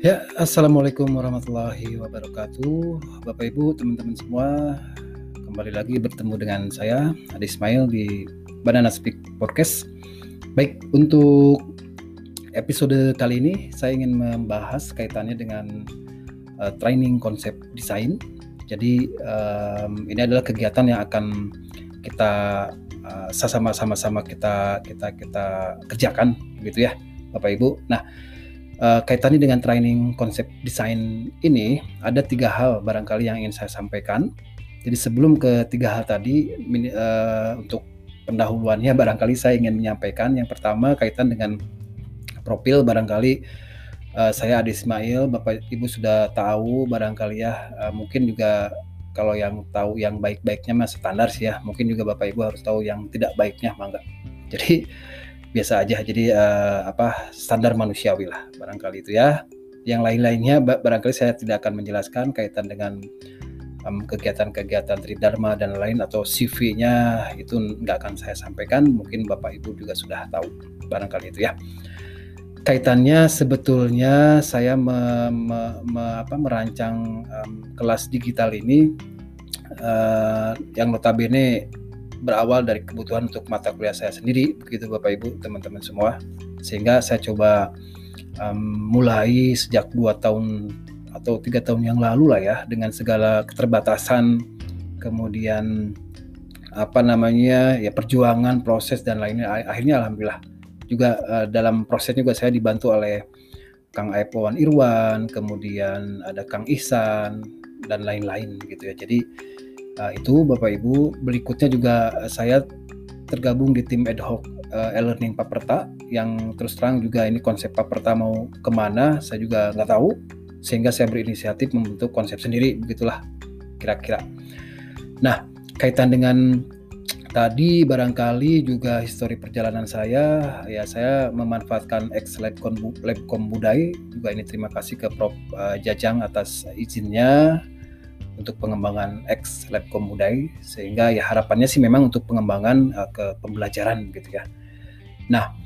Ya, Assalamualaikum warahmatullahi wabarakatuh. Bapak Ibu, teman-teman semua, kembali lagi bertemu dengan saya, Adi Ismail di Banana Speak Podcast. Baik, untuk episode kali ini saya ingin membahas kaitannya dengan training konsep desain. Jadi ini adalah kegiatan yang akan kita sama-sama kita kerjakan, begitu ya, Bapak Ibu. Nah, kaitannya dengan training konsep desain ini ada 3 hal barangkali yang ingin saya sampaikan. Jadi sebelum ke 3 hal tadi, untuk pendahuluannya barangkali saya ingin menyampaikan yang pertama kaitan dengan profil. Barangkali saya Adi Ismail, Bapak Ibu sudah tahu barangkali ya, mungkin juga kalau yang tahu yang baik-baiknya mah standar sih ya, mungkin juga Bapak Ibu harus tahu yang tidak baiknya mah enggak. Jadi biasa aja, jadi standar manusiawi lah barangkali itu ya. Yang lain-lainnya barangkali saya tidak akan menjelaskan kaitan dengan kegiatan-kegiatan Tridharma dan lain atau CV-nya, itu nggak akan saya sampaikan, mungkin Bapak Ibu juga sudah tahu barangkali itu ya. Kaitannya sebetulnya saya merancang kelas digital ini yang notabene berawal dari kebutuhan untuk mata kuliah saya sendiri, begitu Bapak Ibu, teman-teman semua. Sehingga saya coba mulai sejak 2 tahun atau 3 tahun yang lalu lah ya, dengan segala keterbatasan, kemudian perjuangan, proses dan lainnya. Akhirnya alhamdulillah juga dalam prosesnya juga saya dibantu oleh Kang Aepowan Irwan, kemudian ada Kang Ihsan dan lain-lain gitu ya. Jadi itu Bapak Ibu. Berikutnya juga saya tergabung di tim ad hoc e-learning Paperta, yang terus terang juga ini konsep Paperta mau kemana saya juga nggak tahu, sehingga saya berinisiatif membentuk konsep sendiri, begitulah kira-kira. Nah, kaitan dengan tadi barangkali juga histori perjalanan saya, ya saya memanfaatkan Labcom Budai, juga ini terima kasih ke Prof. Jajang atas izinnya untuk pengembangan Labcom Budai, sehingga ya harapannya sih memang untuk pengembangan ke pembelajaran gitu ya. Nah,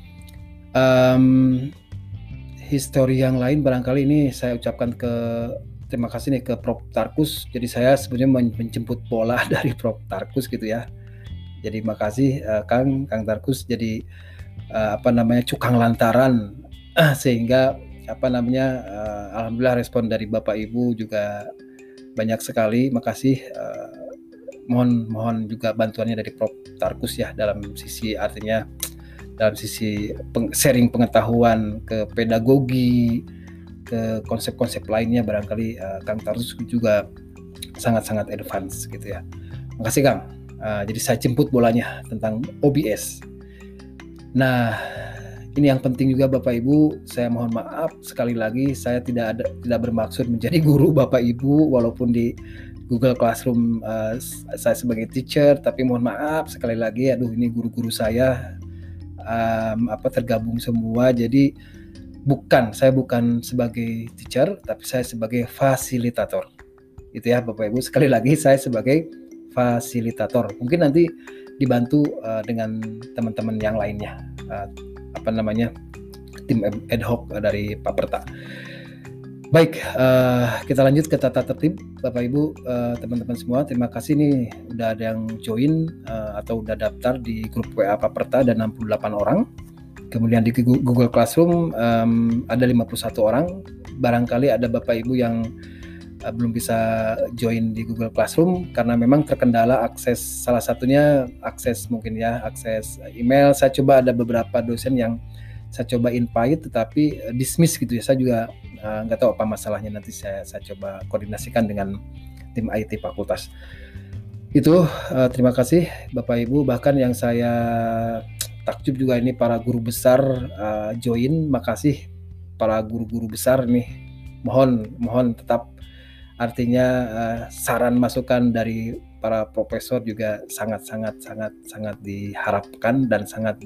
histori yang lain barangkali ini saya ucapkan terima kasih nih ke Prof. Tarkus. Jadi saya sebenarnya menjemput bola dari Prof. Tarkus gitu ya. Jadi makasih Kang Tarkus, jadi cukang lantaran sehingga alhamdulillah respon dari Bapak Ibu juga banyak sekali. Makasih, mohon juga bantuannya dari Prof. Tarkus ya, dalam sisi artinya dalam sisi sharing pengetahuan ke pedagogi, ke konsep-konsep lainnya barangkali Kang Tarkus juga sangat-sangat advance gitu ya. Makasih Kang. Jadi saya jemput bolanya tentang OBS. Nah, ini yang penting juga Bapak Ibu, saya mohon maaf sekali lagi, saya tidak bermaksud menjadi guru Bapak Ibu, walaupun di Google Classroom saya sebagai teacher, tapi mohon maaf sekali lagi, ini guru-guru saya tergabung semua. Jadi saya bukan sebagai teacher, tapi saya sebagai fasilitator. Itu ya Bapak Ibu, sekali lagi saya sebagai fasilitator. Mungkin nanti dibantu dengan teman-teman yang lainnya, tim ad hoc dari Paperta. Baik, kita lanjut ke tata tertib Bapak Ibu, teman-teman semua. Terima kasih nih udah ada yang join atau udah daftar di grup WA Paperta, ada 68 orang. Kemudian di Google Classroom ada 51 orang. Barangkali ada Bapak Ibu yang belum bisa join di Google Classroom karena memang terkendala akses, salah satunya akses email. Saya coba, ada beberapa dosen yang saya coba invite tetapi dismiss gitu ya. Saya juga nggak tahu apa masalahnya, nanti saya coba koordinasikan dengan tim IT fakultas. Itu terima kasih Bapak Ibu. Bahkan yang saya takjub juga ini para guru besar join. Makasih para guru-guru besar nih. Mohon tetap, artinya saran masukan dari para profesor juga sangat diharapkan dan sangat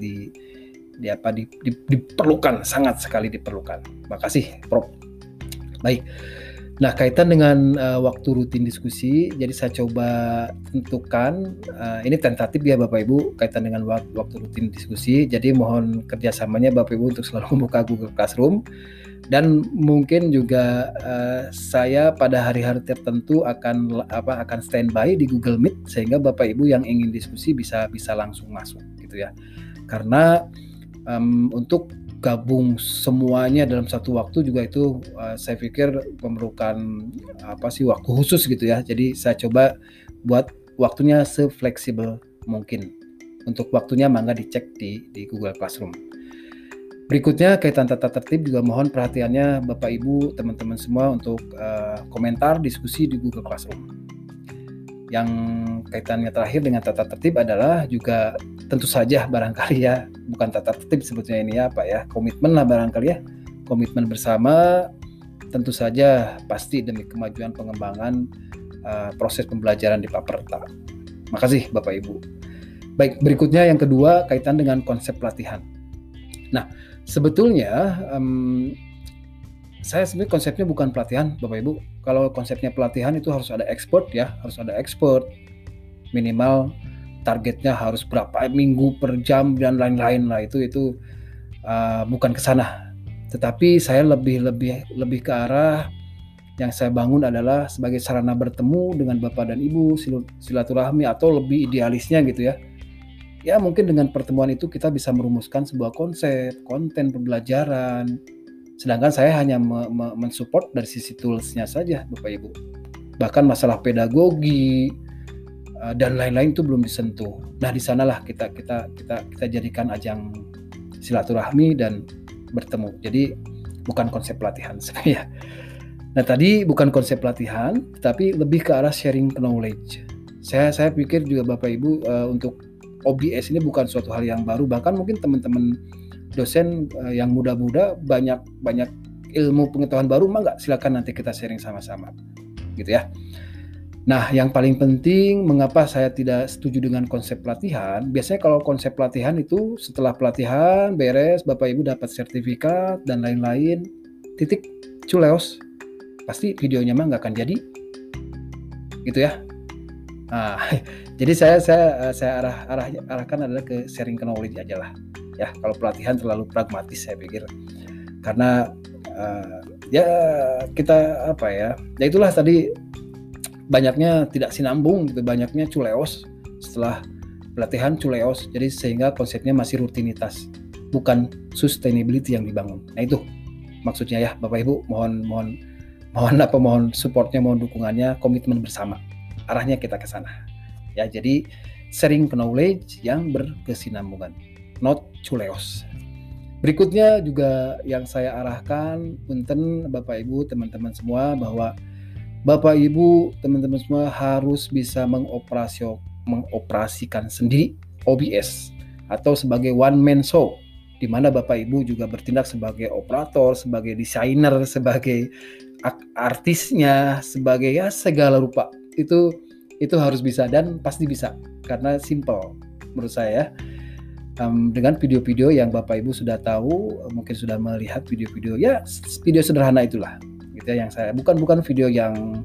diperlukan, sangat sekali diperlukan. Makasih Prof. Baik. Nah, kaitan dengan waktu rutin diskusi, jadi saya coba tentukan, ini tentatif ya Bapak Ibu, kaitan dengan waktu rutin diskusi. Jadi mohon kerjasamanya Bapak Ibu untuk selalu membuka Google Classroom. Dan mungkin juga saya pada hari-hari tertentu akan standby di Google Meet sehingga Bapak Ibu yang ingin diskusi bisa langsung masuk gitu ya. Karena untuk gabung semuanya dalam satu waktu juga itu saya pikir memerlukan waktu khusus gitu ya. Jadi saya coba buat waktunya sefleksibel mungkin. Untuk waktunya mangga dicek di Google Classroom. Berikutnya kaitan tata tertib juga mohon perhatiannya Bapak Ibu teman-teman semua untuk komentar diskusi di Google Classroom. Yang kaitannya terakhir dengan tata tertib adalah juga tentu saja barangkali ya, bukan tata tertib sebetulnya ini ya Pak ya, komitmen lah barangkali ya, komitmen bersama tentu saja pasti demi kemajuan pengembangan proses pembelajaran di Paperta. Makasih Bapak Ibu. Baik, berikutnya yang kedua kaitan dengan konsep pelatihan. Nah, sebetulnya saya sebenarnya konsepnya bukan pelatihan Bapak Ibu. Kalau konsepnya pelatihan itu harus ada expert ya, harus ada expert. Minimal targetnya harus berapa minggu per jam dan lain-lain lah, itu bukan ke sana. Tetapi saya lebih ke arah yang saya bangun adalah sebagai sarana bertemu dengan Bapak dan Ibu, silaturahmi atau lebih idealisnya gitu ya. Ya mungkin dengan pertemuan itu kita bisa merumuskan sebuah konsep, konten pembelajaran. Sedangkan saya hanya mensupport dari sisi toolsnya saja Bapak Ibu. Bahkan masalah pedagogi dan lain-lain itu belum disentuh. Nah di sanalah kita jadikan ajang silaturahmi dan bertemu. Jadi bukan konsep pelatihan sebenarnya. Nah tadi bukan konsep pelatihan, tapi lebih ke arah sharing knowledge. Saya pikir juga Bapak Ibu untuk OBS ini bukan suatu hal yang baru, bahkan mungkin teman-teman dosen yang muda-muda banyak ilmu pengetahuan baru, mangga silakan nanti kita sharing sama-sama gitu ya. Nah yang paling penting mengapa saya tidak setuju dengan konsep pelatihan, biasanya kalau konsep pelatihan itu setelah pelatihan beres Bapak Ibu dapat sertifikat dan lain-lain, titik culeos, pasti videonya mah nggak akan jadi gitu ya. Nah, jadi saya arahkan adalah ke sharing knowledge aja lah. Ya, kalau pelatihan terlalu pragmatis saya pikir. Karena ya kita ya itulah tadi banyaknya tidak sinambung gitu, banyaknya culeos setelah pelatihan culeos. Jadi sehingga konsepnya masih rutinitas, bukan sustainability yang dibangun. Nah, itu maksudnya ya Bapak Ibu, mohon supportnya, mohon dukungannya, komitmen bersama. Arahnya kita ke sana. Ya, jadi sharing knowledge yang berkesinambungan, not culeos. Berikutnya juga yang saya arahkan punten Bapak Ibu teman-teman semua, bahwa Bapak Ibu teman-teman semua harus bisa mengoperasikan sendiri OBS atau sebagai one man show, di mana Bapak Ibu juga bertindak sebagai operator, sebagai desainer, sebagai artisnya, sebagai ya segala rupa. Itu harus bisa dan pasti bisa, karena simple menurut saya. Dengan video-video yang Bapak Ibu sudah tahu, mungkin sudah melihat video-video video sederhana itulah gitu ya, yang saya bukan video yang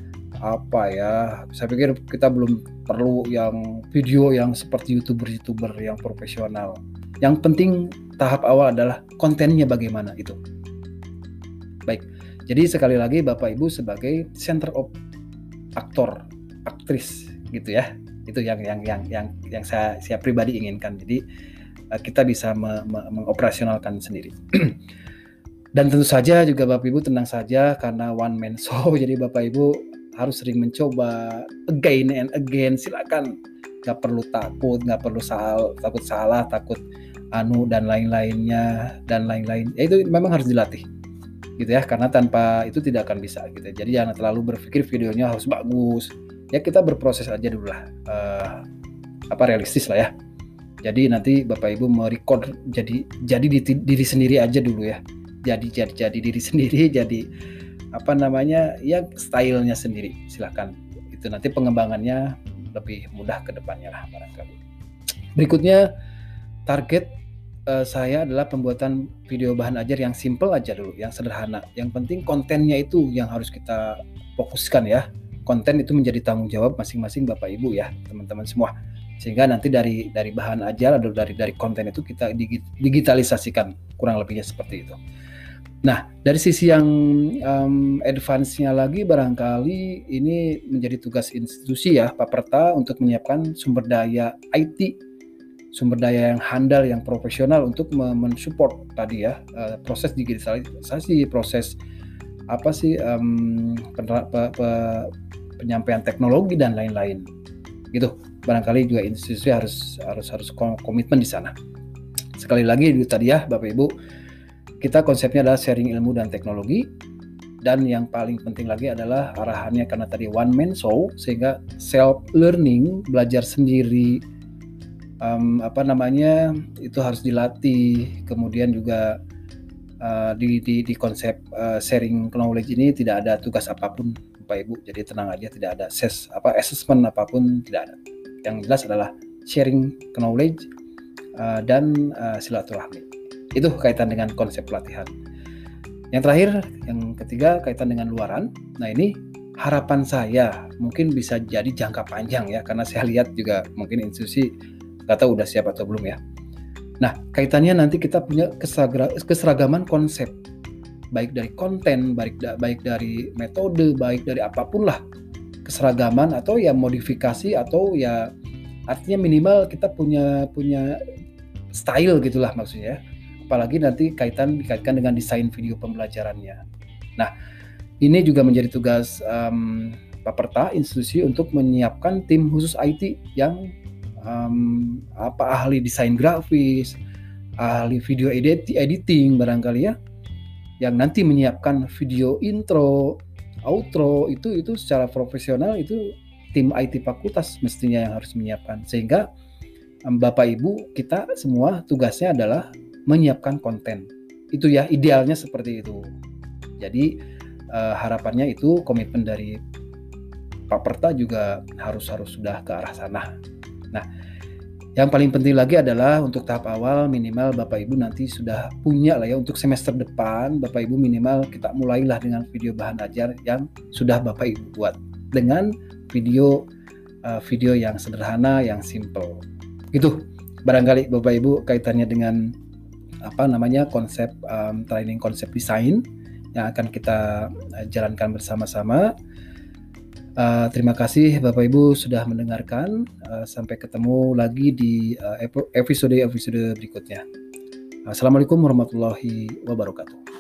saya pikir kita belum perlu yang video yang seperti youtuber yang profesional. Yang penting tahap awal adalah kontennya bagaimana itu. Baik, jadi sekali lagi Bapak Ibu sebagai center of aktris gitu ya, itu yang saya pribadi inginkan. Jadi kita bisa mengoperasionalkan sendiri. Dan tentu saja juga Bapak Ibu tenang saja, karena one man show, jadi Bapak Ibu harus sering mencoba again and again. Silakan, nggak perlu takut salah, takut dan lain-lainnya dan lain-lain. Ya itu memang harus dilatih gitu ya, karena tanpa itu tidak akan bisa gitu. Jadi jangan terlalu berpikir videonya harus bagus. Ya kita berproses aja dulu lah, realistis lah ya. Jadi nanti Bapak Ibu merecord jadi diri sendiri aja dulu ya. Jadi diri sendiri, jadi ya stylenya sendiri. Silakan. Itu nanti pengembangannya lebih mudah ke depannya lah barangkali. Berikutnya target saya adalah pembuatan video bahan ajar yang simple aja dulu, yang sederhana. Yang penting kontennya itu yang harus kita fokuskan ya. Konten itu menjadi tanggung jawab masing-masing Bapak Ibu ya, teman-teman semua. Sehingga nanti dari bahan ajar atau dari konten itu kita digitalisasikan, kurang lebihnya seperti itu. Nah, dari sisi yang advance-nya lagi, barangkali ini menjadi tugas institusi ya, Paperta, untuk menyiapkan sumber daya IT, sumber daya yang handal, yang profesional untuk mensupport tadi ya, proses digitalisasi, proses penyampaian teknologi dan lain-lain. Gitu. Barangkali juga institusi harus komitmen di sana. Sekali lagi itu tadi ya, Bapak Ibu, kita konsepnya adalah sharing ilmu dan teknologi, dan yang paling penting lagi adalah arahannya karena tadi one man show, sehingga self learning, belajar sendiri, itu harus dilatih. Kemudian juga di konsep sharing knowledge ini tidak ada tugas apapun, Bapak Ibu, jadi tenang aja, tidak ada assessment apapun, tidak ada. Yang jelas adalah sharing knowledge dan silaturahmi. Itu kaitan dengan konsep pelatihan. Yang terakhir, yang ketiga, kaitan dengan luaran. Nah, ini harapan saya mungkin bisa jadi jangka panjang ya, karena saya lihat juga mungkin institusi nggak tahu udah siap atau belum ya. Nah, kaitannya nanti kita punya keseragaman konsep, baik dari konten, baik dari metode, baik dari apapun lah, keseragaman atau ya modifikasi, atau ya artinya minimal kita punya style gitulah maksudnya. Apalagi nanti dikaitkan dengan desain video pembelajarannya. Nah, ini juga menjadi tugas Paperta institusi untuk menyiapkan tim khusus IT yang ahli desain grafis, ahli video editing barangkali ya, yang nanti menyiapkan video intro, outro, itu secara profesional, itu tim IT fakultas mestinya yang harus menyiapkan. Sehingga Bapak Ibu kita semua tugasnya adalah menyiapkan konten. Itu ya, idealnya seperti itu. Jadi harapannya itu komitmen dari Paperta juga harus sudah ke arah sana. Nah, yang paling penting lagi adalah untuk tahap awal minimal Bapak Ibu nanti sudah punya lah ya, untuk semester depan Bapak Ibu minimal kita mulailah dengan video bahan ajar yang sudah Bapak Ibu buat dengan video yang sederhana, yang simple. Gitu. Barangkali Bapak Ibu kaitannya dengan konsep training konsep desain yang akan kita jalankan bersama-sama. Terima kasih Bapak Ibu sudah mendengarkan. Sampai ketemu lagi di episode berikutnya. Assalamualaikum warahmatullahi wabarakatuh.